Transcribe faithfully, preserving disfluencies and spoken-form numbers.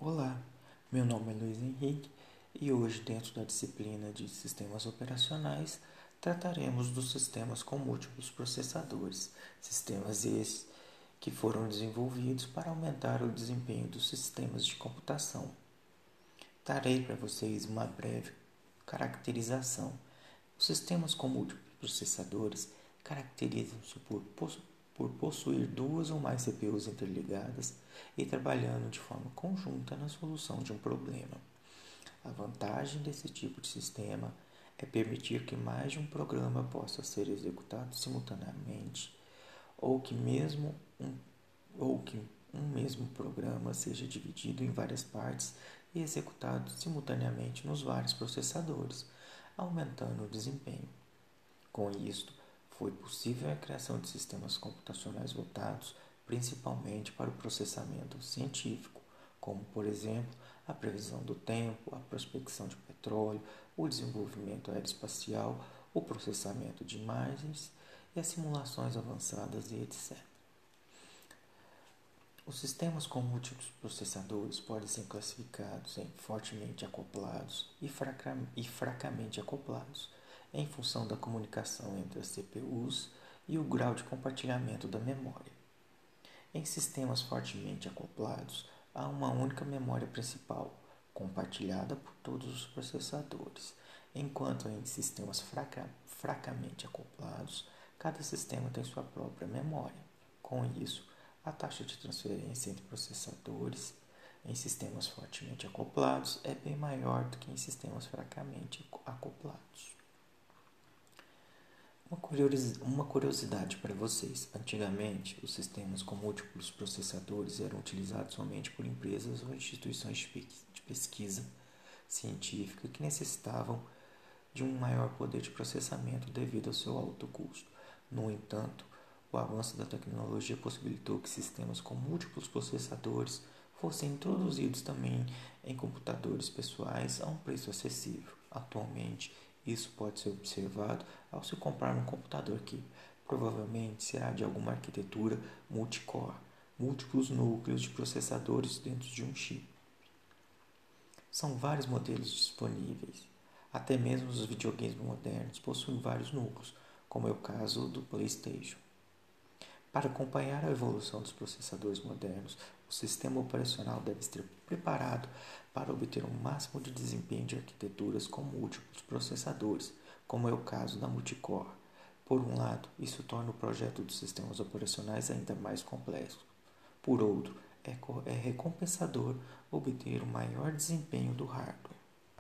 Olá, meu nome é Luiz Henrique e hoje, dentro da disciplina de Sistemas Operacionais, trataremos dos sistemas com múltiplos processadores, sistemas esses que foram desenvolvidos para aumentar o desempenho dos sistemas de computação. Trarei para vocês uma breve caracterização. Os sistemas com múltiplos processadores caracterizam-se por, possu por possuir duas ou mais C P Us interligadas e trabalhando de forma conjunta na solução de um problema. A vantagem desse tipo de sistema é permitir que mais de um programa possa ser executado simultaneamente ou que mesmo um, ou que um mesmo programa seja dividido em várias partes e executado simultaneamente nos vários processadores, aumentando o desempenho. Com isto, foi possível a criação de sistemas computacionais voltados principalmente para o processamento científico, como, por exemplo, a previsão do tempo, a prospecção de petróleo, o desenvolvimento aeroespacial, o processamento de imagens e as simulações avançadas e etcétera. Os sistemas com múltiplos processadores podem ser classificados em fortemente acoplados e, fraca, e fracamente acoplados, em função da comunicação entre as C P Us e o grau de compartilhamento da memória. Em sistemas fortemente acoplados, há uma única memória principal, compartilhada por todos os processadores, enquanto em sistemas fraca, fracamente acoplados, cada sistema tem sua própria memória. Com isso, a taxa de transferência entre processadores em sistemas fortemente acoplados é bem maior do que em sistemas fracamente acoplados. Uma curiosidade para vocês: antigamente, os sistemas com múltiplos processadores eram utilizados somente por empresas ou instituições de pesquisa científica que necessitavam de um maior poder de processamento devido ao seu alto custo. No entanto, o avanço da tecnologia possibilitou que sistemas com múltiplos processadores fossem introduzidos também em computadores pessoais a um preço acessível. Atualmente, isso pode ser observado ao se comprar um computador que provavelmente será de alguma arquitetura multicore, múltiplos núcleos de processadores dentro de um chip. São vários modelos disponíveis. Até mesmo os videogames modernos possuem vários núcleos, como é o caso do PlayStation. Para acompanhar a evolução dos processadores modernos, o sistema operacional deve estar preparado para obter o um máximo de desempenho de arquiteturas com múltiplos processadores, como é o caso da multicore. Por um lado, isso torna o projeto dos sistemas operacionais ainda mais complexo. Por outro, é recompensador obter o maior desempenho do hardware.